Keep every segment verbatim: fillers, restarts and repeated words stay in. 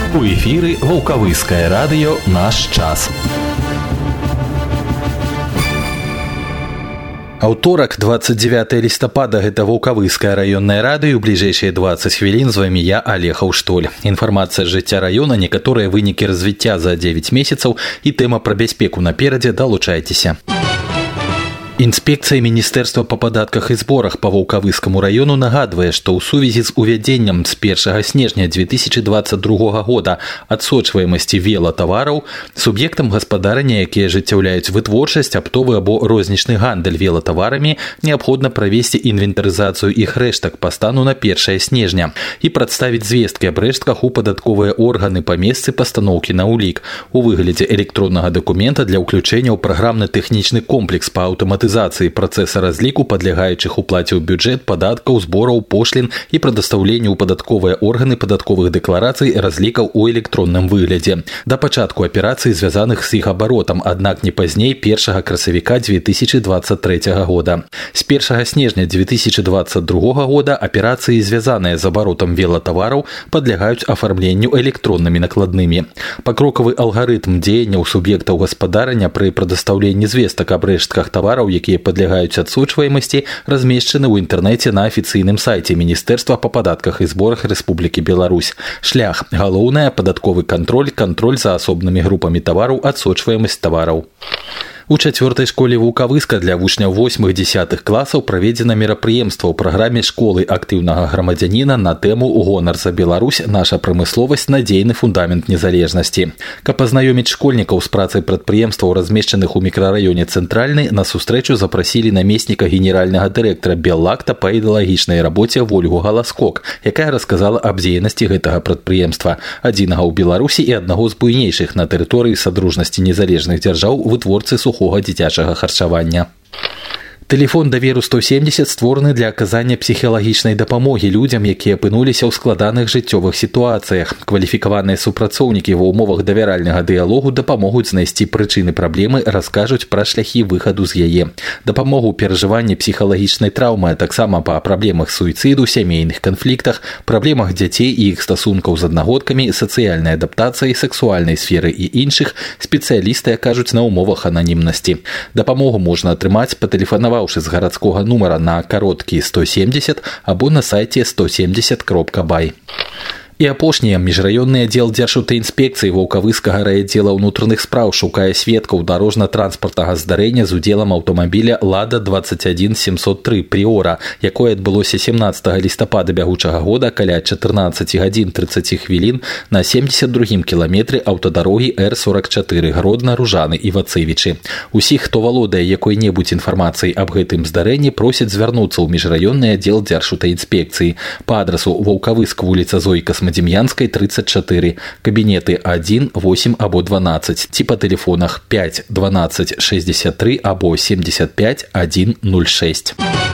У эфіры Ваўкавыскае радыё «Наш час». Аўторак, двадцать девятое листопада, гэта Ваўкавыскае раённае радыё. У бліжэйшыя двадцать хвілін з вамі я, Олег Аўштоль. Інфармацыя з жыцця раёна, некаторыя вынікі развіцця за девять месяцаў і тэма пра бяспеку наперадзе. Далучайцеся. Інспекцыя Міністэрства па падатках і зборах па Ваўкавыскаму раёну нагадвае, што ў сувязі з увядзеннем з першага снежня две тысячи двадцать другога года адсочваемасці велатавараў суб'ектам гаспадарання, якія ажыццяўляюць вытворчасць, аптовы або рознічны гандаль велатаварамі, неабходна правесці інвентарызацыю іх рэштак па стану на першае снежня і прадставіць звесткі аб рэштках у падатковыя органы па месцы пастаноўкі на ўлік у выглядзе электроннага дакумента для ўключэння ў праграмна-тэхнічны комплекс па аўтаматызацыі процесса разліку падлягаючых уплаце ў бюджэт падаткаў, збораў, пошлін і прадастаўленню ў падатковыя органы падатковых дэкларацый разлікаў у электронным выглядзе да пачатку аперацый, звязаных з іх абаротам, аднак не пазней першага красавіка две тысячи двадцать третьего года. З першага снежня две тысячи двадцать другога года аперацыі, звязаныя з абаротам велатавараў, падлягаюць афармленню электроннымі накладнымі. Пакрокавы алгарытм дзеянняў суб'ектаў гаспадарання пры прадастаўленні звестак аб рэштках тавараў, якія падлягаюць адсочваемасці, размешчаны ў інтэрнэце на афіцыйным сайце Міністэрства па падатках і зборах Рэспублікі Беларусь. Шлях: галоўнае, падатковы кантроль, кантроль за асобнымі групамі тавараў, адсочваемасць тавараў. У чацвёртай школе Ваўкавыска для вучняў восьмых-дзесятых класаў праведзена мерапрыемства ў праграме школы актыўнага грамадзяніна на тэму «Гонар за Беларусь. Наша прамысловасць. Надзейны фундамент незалежнасці». Каб азнаёміць школьнікаў з працай прадпрыемстваў, размешчаных у мікрараёне Цэнтральны, на сустрэчу запрасілі намесніка генеральнага дырэктара Беллакта па ідэалагічнай рабоце Вольгу Галаскок, якая расказала аб дзейнасці гэтага прадпрыемства, адзінага ў Беларусі і аднаго з буйнейшых на тэрыторыі Садружнасці незалежных дзяржаў вытворцы сухога дзіцячага харчавання. Тэлефон даверу сто семьдесят створаны для аказання псіхалагічнай дапамогі людзям, якія апынуліся ў складаных жыццёвых сітуацыях. Кваліфікаваныя супрацоўнікі ва ўмовах давяральнага дыялогу дапамогуць знайсці прычыны праблемы, раскажуць пра шляхі выхаду з яе. Дапамогу ў перажыванні псіхалагічнай траўмы, а таксама па праблемах суіцыду, сямейных канфліктах, праблемах дзяцей і іх стасункаў з аднагодкамі, сацыяльнай адаптацыі, сексуальнай сферы і іншых спецыялісты акажуць на ўмовах ананімнасці. Дапамогу можна атрымаць, патэлефанаваць з гарадскога нумара на кароткі сто семьдесят або на сайце сто семьдесят кропка бай. І апошняе, міжраённы аддзел Дзяржаўтаінспекцыі Ваўкавыскага райаддзела ўнутраных спраў шукае сведкаў дарожна-транспартнага здарэння з удзелам аўтамабіля «Лада двадцать один семьсот три Приора», якое адбылося семнадцатага лістапада бягучага года каля чатырнаццаць гадзін тридцать хвілін на семьдесят другім кіламетры аўтадарогі Р сорок четыре Гродна-Ружаны і Вацэвічы. Усіх, хто валодае якой-небудзь інфармацыяй аб гэтым здарэнні, просяць звярнуцца ў міжраённы аддзел Дзяржаўтаінспекцыі па адрасу Ваўкавыск, вуліца Зоі Касмадем'янскай, тридцать четыре, кабінеты один, восемь або дванаццаць, ці па тэлефонах пять дванаццаць шестьдесят три або семьдесят пять один ноль шесть.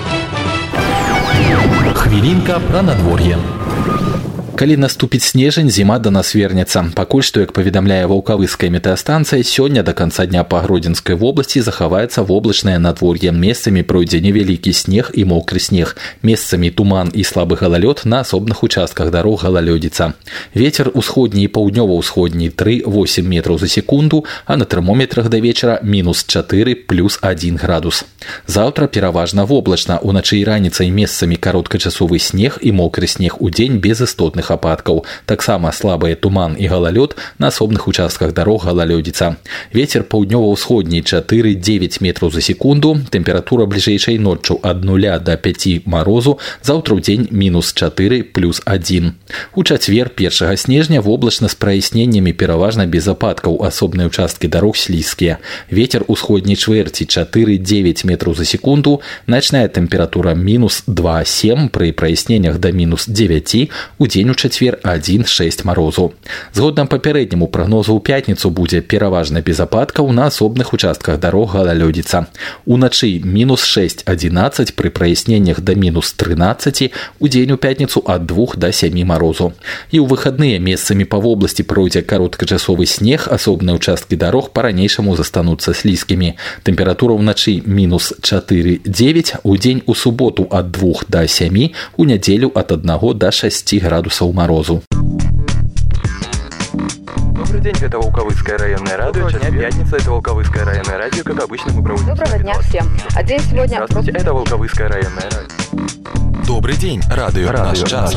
Хвілінка пра надвор'е. Калі наступіць снежань, зіма да нас вернецца. Пакуль што, як паведамляе Ваўкавыская метэастанцыя, сёння да канца дня па Гродзенскай вобласці захаваецца воблачнае надвор'е. Месцамі пройдзе невялікі снег і мокры снег. Месцамі туман і слабы галалёд, на асобных участках дарог галалёдзіца. Вецер усходні і паўднёва-ўсходні три восемь метраў за секунду, а на тэрмометрах да вечара мінус четыре плюс один градус. Заўтра пераважна воблачна, уначы і раніцай месцамі кароткачасовы снег і мокры снег, удзень без істотных ападкаў. Таксама слабыя туман і галалёд, на асобных участках дарог галалёдзіца. Вецер паўднёва-ўсходні четыре девять метраў за секунду, тэмпература бліжэйшай ноччу ад нуля до пяти марозу, заўтра ў дзень мінус четыре плюс один. У чацвер, першага снежня, воблачна з праясненнямі, пераважна без ападкаў, асобныя участкі дарог слізкія. Вецер усходняй чвэрці четыре девять метраў за секунду, начная тэмпература мінус два семь, пры праясненнях да мінус девять, у дзень у чацвер один шесть марозу. Згодна папярэдняму прагнозу ў пятніцу будзе пераважна без ападкаў, на асобных участках дарог галалёдзіца. Уначы мінус шесть одиннадцать, пры праясненнях да мінус тринадцать, у дзень у пятніцу ад двух до семи марозу. І ў выхадныя месцамі па вобласці пройдзе кароткачасовы снег, асобныя участкі дарог па-ранейшаму застануцца слізкімі. Тэмпература ўначы мінус четыре девять, у дзень у суботу ад двух до семи, у нядзелю ад аднаго до шасці градусаў морозу. Добрый день, это Волковыцкое районное радио. Час пятница, это Волковыцкое районное радио. Как обычно, мы проводим... Доброго дня всем. А день сегодня... Здравствуйте, это Волковыцкое районное радио. Добрый день, радио, радио «Наш час».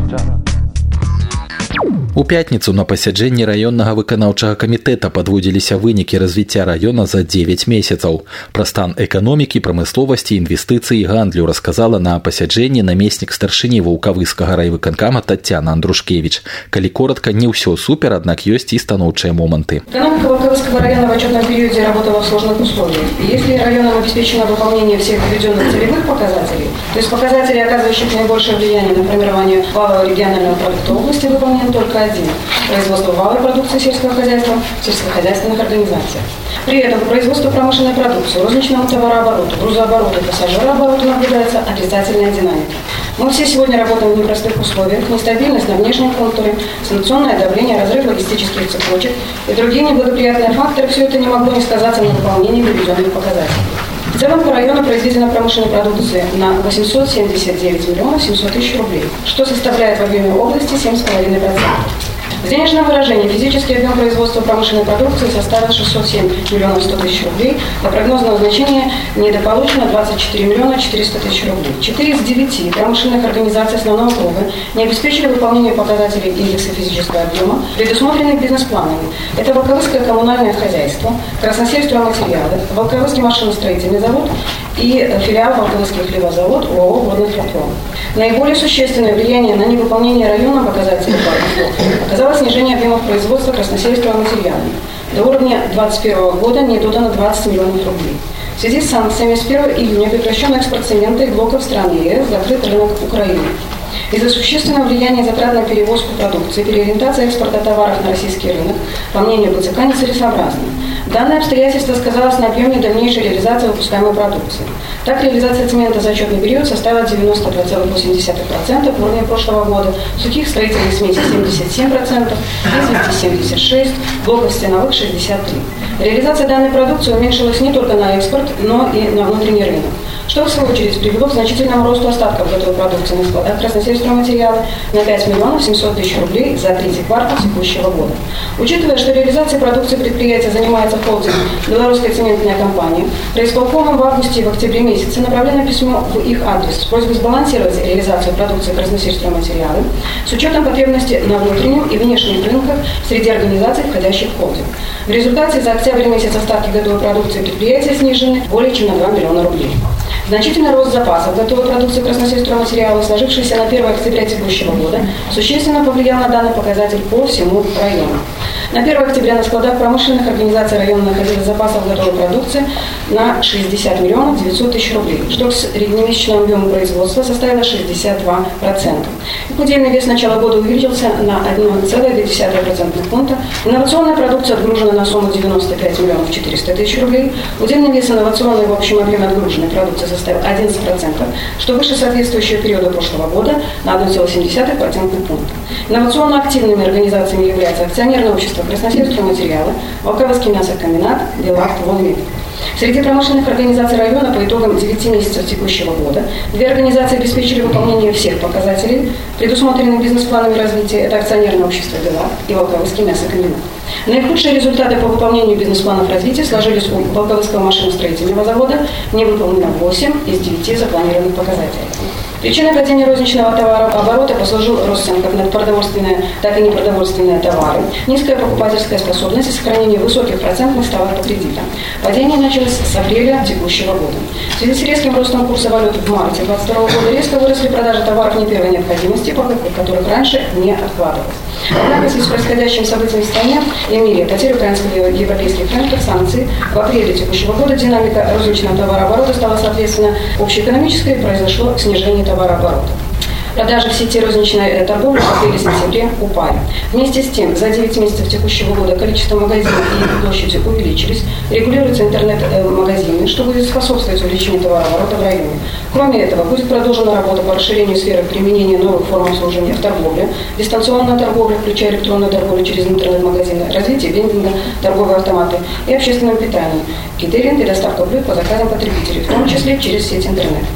У пятніцу на пасяджэнні раённага выканаўчага камітэта падводзіліся вынікі развіцця раёна за дзевяць месяцаў. Пра стан эканомікі, прамысловасці, інвестыцый і гандлю расказала на пасяджэнні намеснік старшыні Ваўкавыскага райвыканкама Татьяна Андрушкевич. Калі коротко, не ўсё супер, аднак ёсць і станоўчыя моманты. Экономика Волковыского района в отчетном периоде работала в сложных условиях. И если районом обеспечено выполнение всех введенных целевых показателей, то есть показателей, оказывающих наибольшее влияние на формирование валового регионального продукта области, выполнен только один – производство валовой продукции сельского хозяйства в сельскохозяйственных организациях. При этом по производству промышленной продукции, розничному товарообороту, грузообороту и пассажирообороту наблюдается отрицательная динамика. Мы все сегодня работаем в непростых условиях, нестабильность на внешнем контуре, санкционное давление, разрыв логистических цепочек и другие неблагоприятные факторы. Все это не могло не сказаться на выполнении приведенных показателей. В целом по району произведено промышленной продукции на восемьсот семьдесят девять миллионов семьсот тысяч рублей, что составляет в объеме области семь целых пять десятых процента. В денежном выражении физический объем производства промышленной продукции составил шестьсот семь миллионов сто тысяч рублей, до прогнозного значения недополучено двадцать четыре миллиона четыреста тысяч рублей. Четыре из девяти промышленных организаций основного круга не обеспечили выполнение показателей индекса физического объема, предусмотренных бизнес-планами. Это Волковыцкое коммунальное хозяйство, Красносельстройматериалы, Волковыцкий машиностроительный завод и филиал Волковыцкий хлебозавод ОАО «Водный флотон». Наиболее существенное влияние на невыполнение района показателей оказало снижение объемов производства красносельстройматериалами. До уровня две тысячи двадцать первого года не додано двадцать миллионов рублей. В связи с санкциями с первого июня прекращен экспорт цемента и блоков стран ЕС, закрыт рынок Украины. Из-за существенного влияния затрат на перевозку продукции, переориентация экспорта товаров на российский рынок, по мнению БЦК, нецелесообразна. Данное обстоятельство сказалось на объеме дальнейшей реализации выпускаемой продукции. Так, реализация цемента за отчетный период составила девяносто два целых восемь десятых процента в уровне прошлого года, сухих строительных смесей семьдесят семь процентов, извести семьдесят шесть процентов, блоков стеновых шестьдесят три процента. Реализация данной продукции уменьшилась не только на экспорт, но и на внутренний рынок, что в свою очередь привело к значительному росту остатков готовой продукции на складах Красносельстройматериалы на пять миллионов семьсот тысяч рублей за третий квартал текущего года. Учитывая, что реализацией продукции предприятия занимается холдинг «Белорусская цементная компания», райисполкомом в августе и в октябре месяце направлено письмо в их адрес с просьбой сбалансировать реализацию продукции Красносельстройматериалы с учетом потребностей на внутреннем и внешнем рынках среди организаций, входящих в холдинг. В результате за октябрь месяц остатки готовой продукции предприятия снижены более чем на два миллиона рублей. Значительный рост запасов готовой продукции Красносельстройматериала, сложившийся на первое октября текущего года, существенно повлиял на данный показатель по всему району. На первое октября на складах промышленных организаций района находилось запасов готовой продукции на шестьдесят миллионов девятьсот тысяч рублей, что к среднемесячному объему производства составило шестьдесят два процента. Удельный вес с начала года увеличился на одна целая две десятых процентных пункта. Инновационная продукция отгружена на сумму девяносто пять миллионов четыреста тысяч рублей. Удельный вес инновационной в общем объеме отгруженной продукции составил одиннадцать процентов, что выше соответствующего периода прошлого года на одна целая семь десятых процентных пункта. Инновационно активными организациями являются акционерное общество Красносельстройматериалы, Волковыцкий мясокомбинат, Белакт, Волмет. Среди промышленных организаций района по итогам девяти месяцев текущего года две организации обеспечили выполнение всех показателей, предусмотренных бизнес-планами развития. Это акционерное общество «Белакт» и Волковыцкий мясокомбинат. Наихудшие результаты по выполнению бизнес-планов развития сложились у Волковыцкого машиностроительного завода, не выполнено восемь из девяти запланированных показателей. Причиной падения розничного товарооборота послужил рост цен как на продовольственные, так и непродовольственные товары, низкая покупательская способность и сохранение высоких процентных ставок по кредитам. Падение началось с апреля текущего года. В связи с резким ростом курса валюты в марте две тысячи двадцать второго года резко выросли продажи товаров не первой необходимости, покупка которых раньше не откладывалась. Однако в связи с происходящими событиями в стране и мире, потерей украинских и европейских рынков, санкций, в апреле текущего года динамика розничного товарооборота стала соответственно общеэкономической и произошло снижение товарооборота. Продажи в сети розничной торговли в апреле-сентябре упали. Вместе с тем, за девять месяцев текущего года количество магазинов и их площади увеличились, регулируются интернет-магазины, что будет способствовать увеличению товарооборота в районе. Кроме этого, будет продолжена работа по расширению сферы применения новых форм обслуживания в торговле, дистанционная торговля, включая электронную торговлю через интернет-магазины, развитие вендинга, торговые автоматы и общественное питание, кейтеринг и доставка блюд по заказам потребителей, в том числе через сеть интернет.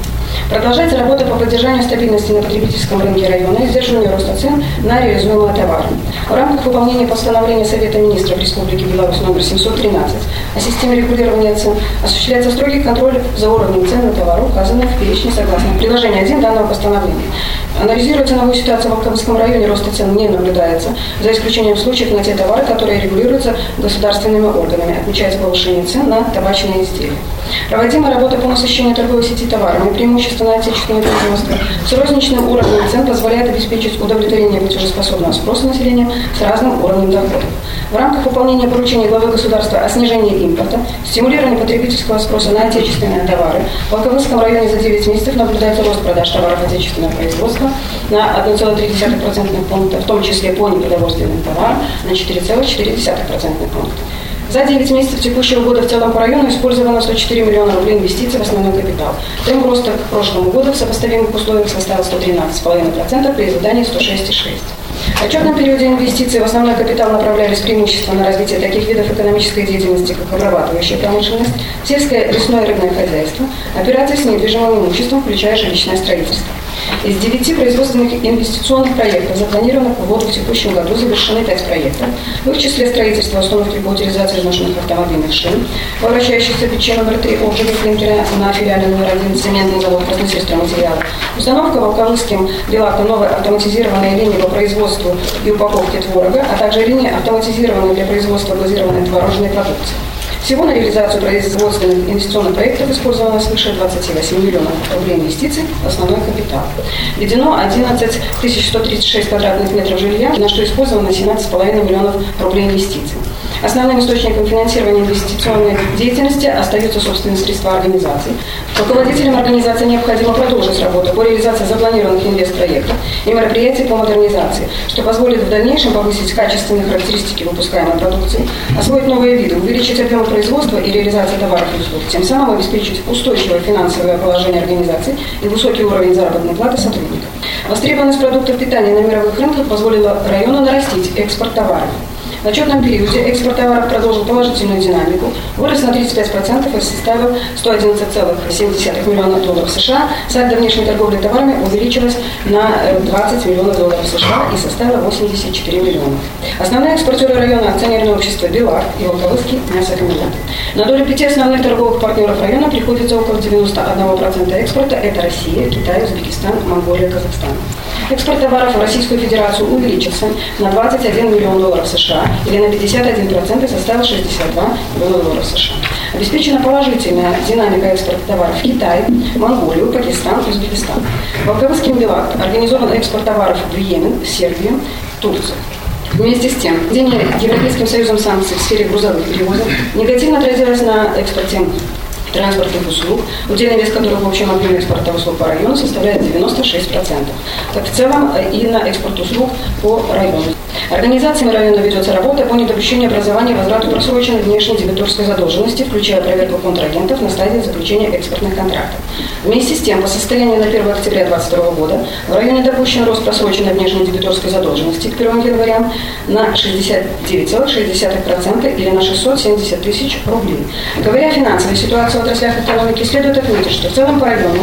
Продолжается работа по поддержанию стабильности на потребительском рынке района и сдерживанию роста цен на реализуемые товары. В рамках выполнения постановления Совета министров Республики Беларусь номер семьсот тринадцать о системе регулирования цен осуществляется строгий контроль за уровнем цен на товары, указанных в перечне согласно приложению один данного постановления. Анализируя ценовую ситуацию в Волковыском районе, роста цен не наблюдается, за исключением случаев на те товары, которые регулируются государственными органами. Отмечается повышение цен на табачные изделия. Проводимая работа по насыщению торговой сети товарами, преимущественно отечественное производство, с розничным уровнем цен позволяет обеспечить удовлетворение платежеспособного спроса населения с разным уровнем доходов. В рамках выполнения поручений главы государства о снижении импорта, стимулировании потребительского спроса на отечественные товары, в Волковыском районе за девять месяцев наблюдается рост продаж товаров отечественного производства на одна целая три десятых процентных пункта, в том числе по непродовольственным товарам на четыре целых четыре десятых процентных пункта. За девять месяцев текущего года в целом по району использовано сто четыре миллиона рублей инвестиций в основной капитал. Темп роста к прошлому году в сопоставимых условиях составил сто тринадцать целых пять десятых процента при задании сто шесть целых шесть десятых процента. В отчетном периоде инвестиции в основной капитал направлялись преимущественно на развитие таких видов экономической деятельности, как обрабатывающая промышленность, сельское, лесное и рыбное хозяйство, операции с недвижимым имуществом, включая жилищное строительство. Из девяти производственных инвестиционных проектов, запланированных в год в текущем году, завершены пять проектов. В их числе строительство установки по утилизации изношенных автомобильных шин, вращающихся печи номер три Окжига клинкера на филиале номер один цементный завод красносельстроматериалов, установка Волковыским Белаком новой автоматизированной линии по производству и упаковке творога, а также линии автоматизированной для производства глазированной творожной продукции. Всего на реализацию производственных инвестиционных проектов использовано свыше двадцати восьми миллионов рублей инвестиций в основной капитал. Введено одиннадцать тысяч сто тридцать шесть квадратных метров жилья, на что использовано семнадцать целых пять десятых миллионов рублей инвестиций. Основным источником финансирования инвестиционной деятельности остаются собственные средства организаций. Руководителям организации необходимо продолжить работу по реализации запланированных инвестпроектов и мероприятий по модернизации, что позволит в дальнейшем повысить качественные характеристики выпускаемой продукции, освоить новые виды, увеличить объем производства и реализации товаров и услуг, тем самым обеспечить устойчивое финансовое положение организации и высокий уровень заработной платы сотрудников. Востребованность продуктов питания на мировых рынках позволила району нарастить экспорт товаров. В отчетном периоде экспорт товаров продолжил положительную динамику, вырос на тридцать пять процентов и составил сто одиннадцать целых семь десятых миллиона долларов США. Сальдо внешней торговли товарами увеличилось на двадцать миллионов долларов США и составило восемьдесят четыре миллиона. Основные экспортеры района — акционерное общество «Белак» и Волковыский мясокомбинат. На долю пяти основных торговых партнеров района приходится около девяноста одного процента экспорта. Это Россия, Китай, Узбекистан, Монголия, Казахстан. Экспорт товаров в Российскую Федерацию увеличился на двадцать один миллион долларов США или на пятьдесят один процент и составил шестьдесят два миллиона долларов США. Обеспечена положительная динамика экспорта товаров в Китай, Монголию, Пакистан, Узбекистан. Волковыским Белак организован экспорт товаров в Йемен, Сербию, Турцию. Вместе с тем, введение Европейским Союзом санкций в сфере грузовых перевозок негативно отразилось на экспорте транспортных услуг, удельный вес которых в общем объеме экспорта услуг по району составляет девяносто шесть процентов, как в целом и на экспорт услуг по району. Организациями района ведется работа по недопущению образования и возврату просроченной внешней дебиторской задолженности, включая проверку контрагентов на стадии заключения экспортных контрактов. Вместе с тем, по состоянию на первое октября две тысячи двадцать второго года в районе допущен рост просроченной внешней дебиторской задолженности к первому января на шестьдесят девять целых шесть десятых процента или на шестьсот семьдесят тысяч рублей. Говоря о финансовой ситуации в отраслях экономики, следует отметить, что в целом по району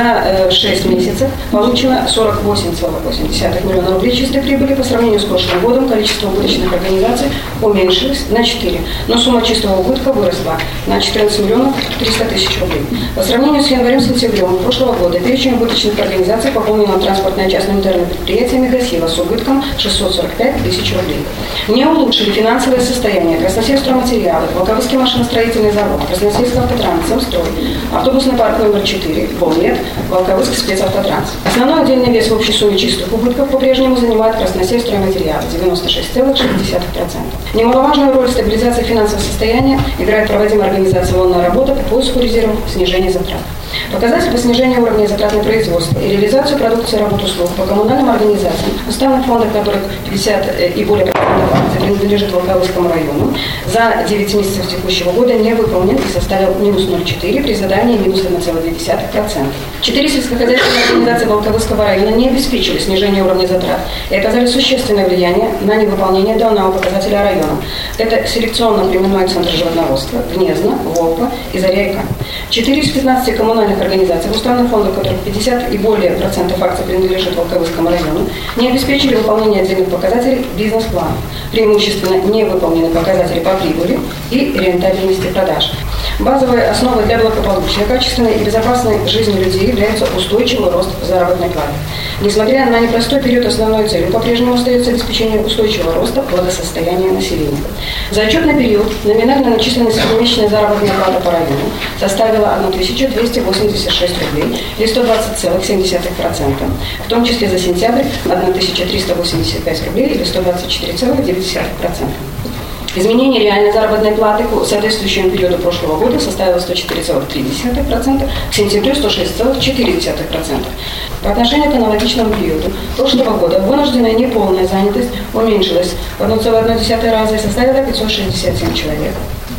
за шесть месяцев получено сорок восемь целых восемь десятых миллиона рублей чистой прибыли. По сравнению с прошлым годом количество убыточных организаций уменьшилось на четыре, но сумма чистого убытка выросла на четырнадцать миллионов триста тысяч рублей. По сравнению с январем с сентябрем прошлого года перечень убыточных организаций, пополненного транспортное частное унитарное предприятие «Мегасила» с убытком шестьсот сорок пять тысяч рублей. Не улучшили финансовое состояние Красносельстроматериалы, Волковыский машиностроительный завод, Красносельский автотранс, Самстрой, автобусный парк номер четыре, Волмет, Волковыск спецавтотранс. Основной отдельный вес в общей сумме чистых убытков по-прежнему занимает Красносельстройматериалы – девяносто шесть целых шесть десятых процента. Немаловажную роль в стабилизации финансового состояния играет проводимая организационная работа по поиску резервов, снижения затрат. Показатель по снижению уровня затратного производства и реализацию продукции, работ, услуг по коммунальным организациям, уставных фондов которых пятьдесят и более процентов акций принадлежит Волковыскому району, за девять месяцев текущего года не выполнен и составил минус ноль целых четыре десятых процента при задании минус одна целая две десятых процента. Четыре сельскохозяйственные организации Волковыского района не обеспечили снижение уровня затрат и оказали существенное влияние на невыполнение данного показателя района. Это селекционно-племенной центр животноводства, Гнездо, Волпа и Заря-Река. четыре из пятнадцати коммунальных организаций, уставных фондов, которых пятьдесят и более процентов акций принадлежит Волковыскому району, не обеспечили выполнение отдельных показателей бизнес-плана, преимущественно не выполнены показатели по прибыли и рентабельности продаж. Базовой основой для благополучия, качественной и безопасной жизни людей является устойчивый рост заработной платы. Несмотря на непростой период, основной целью по-прежнему остается обеспечение устойчивого роста благосостояния населения. За отчетный период номинальная начисленная среднемесячная заработная плата по району составила тысячу двести восемьдесят шесть рублей или сто двадцать целых семь десятых процента, в том числе за сентябрь тысяча триста восемьдесят пять рублей или сто двадцать четыре целых девять десятых процента. Изменение реальной заработной платы к соответствующему периоду прошлого года составило сто четыре целых три десятых процента, к сентябрю сто шесть целых четыре десятых процента. По отношению к аналогичному периоду прошлого года вынужденная неполная занятость уменьшилась в один целых одна десятая раза и составила пятьсот шестьдесят семь человек.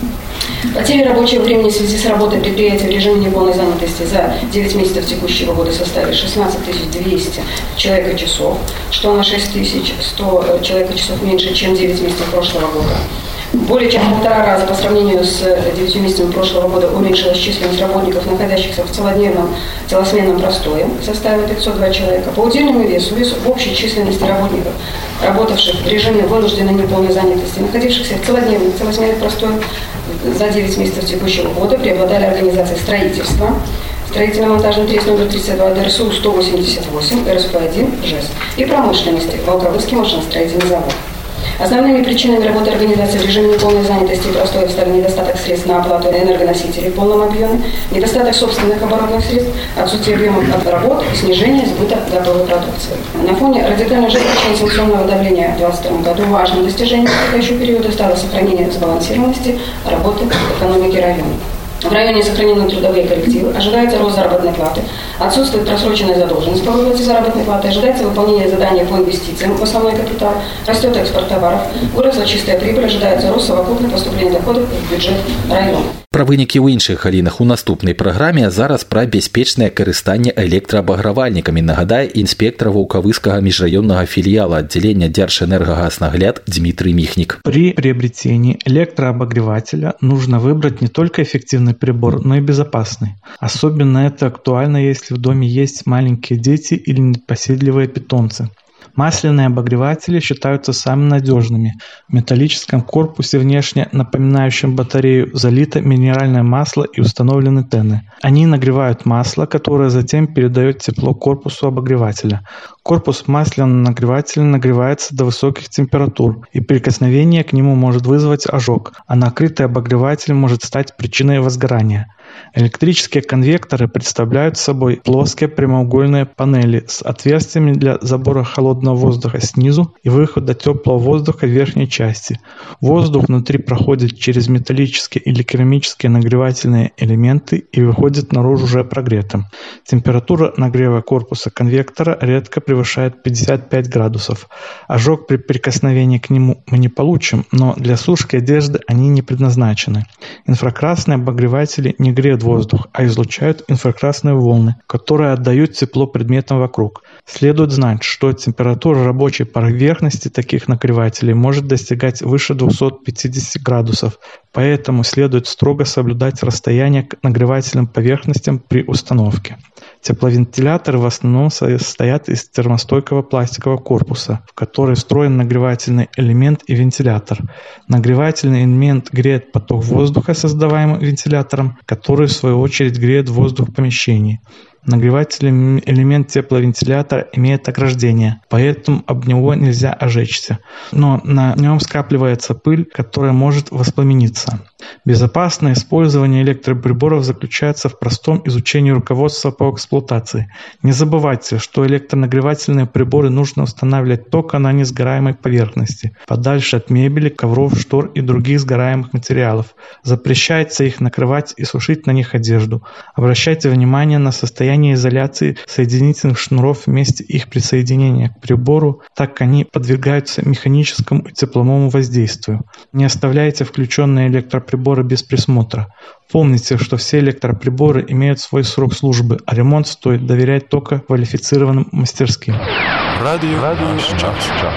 Потери рабочего времени в связи с работой предприятия в режиме неполной занятости за девять месяцев текущего года составили шестнадцать тысяч двести человека-часов, что на шесть тысяч сто человека-часов меньше, чем девять месяцев прошлого года. Более чем в полтора раза по сравнению с девятью месяцами прошлого года уменьшилась численность работников, находящихся в целодневном целосменном простое, составила пятьсот два человека. По удельному весу, весу в общей численности работников, работавших в режиме вынужденной неполной занятости, находившихся в целодневном целосменном простое за девять месяцев текущего года, преобладали организации строительства, строительно-монтажный трест номер тридцать два, ДРСУ сто восемьдесят восемь, РСП один, ЖЭС и промышленности, Волковыский машиностроительный завод. Основными причинами работы организации в режиме неполной занятости и простоя стали недостаток средств на оплату энергоносителей в полном объеме, недостаток собственных оборотных средств, отсутствие объемов работ и снижение сбыта готовой продукции. На фоне радикально ожесточения санкционного давления в две тысячи двадцать втором году важным достижением предстоящего периода стало сохранение сбалансированности работы экономики района. В районе сохранены трудовые коллективы, ожидается рост заработной платы, отсутствует просроченная задолженность по выплате заработной платы, ожидается выполнение заданий по инвестициям в основной капитал, растет экспорт товаров, выросла чистая прибыль, ожидается рост совокупных поступлений доходов в бюджет района. Пра вынікі ў іншых галінах у наступнай праграме, а зараз пра бяспечнае карыстанне электраабагравальнікамі, нагадае інспектор Волковыскага межрайонного филиала отделения Держэнергагазнагляд Дмитрий Михник. При приобретении электрообогревателя нужно выбрать не только эффективный прибор, но и безопасный. Особенно это актуально, если в доме есть маленькие дети или непоседливые питомцы. Масляные обогреватели считаются самыми надежными. В металлическом корпусе, внешне напоминающем батарею, залито минеральное масло и установлены тены. Они нагревают масло, которое затем передает тепло корпусу обогревателя. Корпус масляного нагревателя нагревается до высоких температур, и прикосновение к нему может вызвать ожог, а накрытый обогреватель может стать причиной возгорания. Электрические конвекторы представляют собой плоские прямоугольные панели с отверстиями для забора холодного воздуха снизу и выхода теплого воздуха в верхней части. Воздух внутри проходит через металлические или керамические нагревательные элементы и выходит наружу уже прогретым. Температура нагрева корпуса конвектора редко превышает пятьдесят пять градусов. Ожог при прикосновении к нему мы не получим, но для сушки одежды они не предназначены. Инфракрасные обогреватели не греют воздух, а излучают инфракрасные волны, которые отдают тепло предметам вокруг. Следует знать, что температура рабочей поверхности таких нагревателей может достигать выше двухсот пятидесяти градусов, поэтому следует строго соблюдать расстояние к нагревательным поверхностям при установке. Тепловентиляторы в основном состоят из термостойкого пластикового корпуса, в который встроен нагревательный элемент и вентилятор. Нагревательный элемент греет поток воздуха, создаваемый вентилятором, который в свою очередь греет воздух в помещении. Нагревательный элемент тепловентилятора имеет ограждение, поэтому об него нельзя ожечься, но на нем скапливается пыль, которая может воспламениться. Безопасное использование электроприборов заключается в простом изучении руководства по эксплуатации. Не забывайте, что электронагревательные приборы нужно устанавливать только на несгораемой поверхности, подальше от мебели, ковров, штор и других сгораемых материалов. Запрещается их накрывать и сушить на них одежду. Обращайте внимание на состояние изоляции соединительных шнуров в месте их присоединения к прибору, так как они подвергаются механическому и тепловому воздействию. Не оставляйте включенные электроприборы без присмотра. Помните, что все электроприборы имеют свой срок службы, а ремонт стоит доверять только квалифицированным мастерским. Радио, Радио час.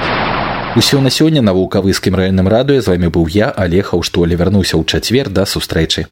Усё на сёння на Волковыскім раённым радыё. З вами быў я, Олег Аўштоле. Вярнуся ў чацвер, да сустрэчы.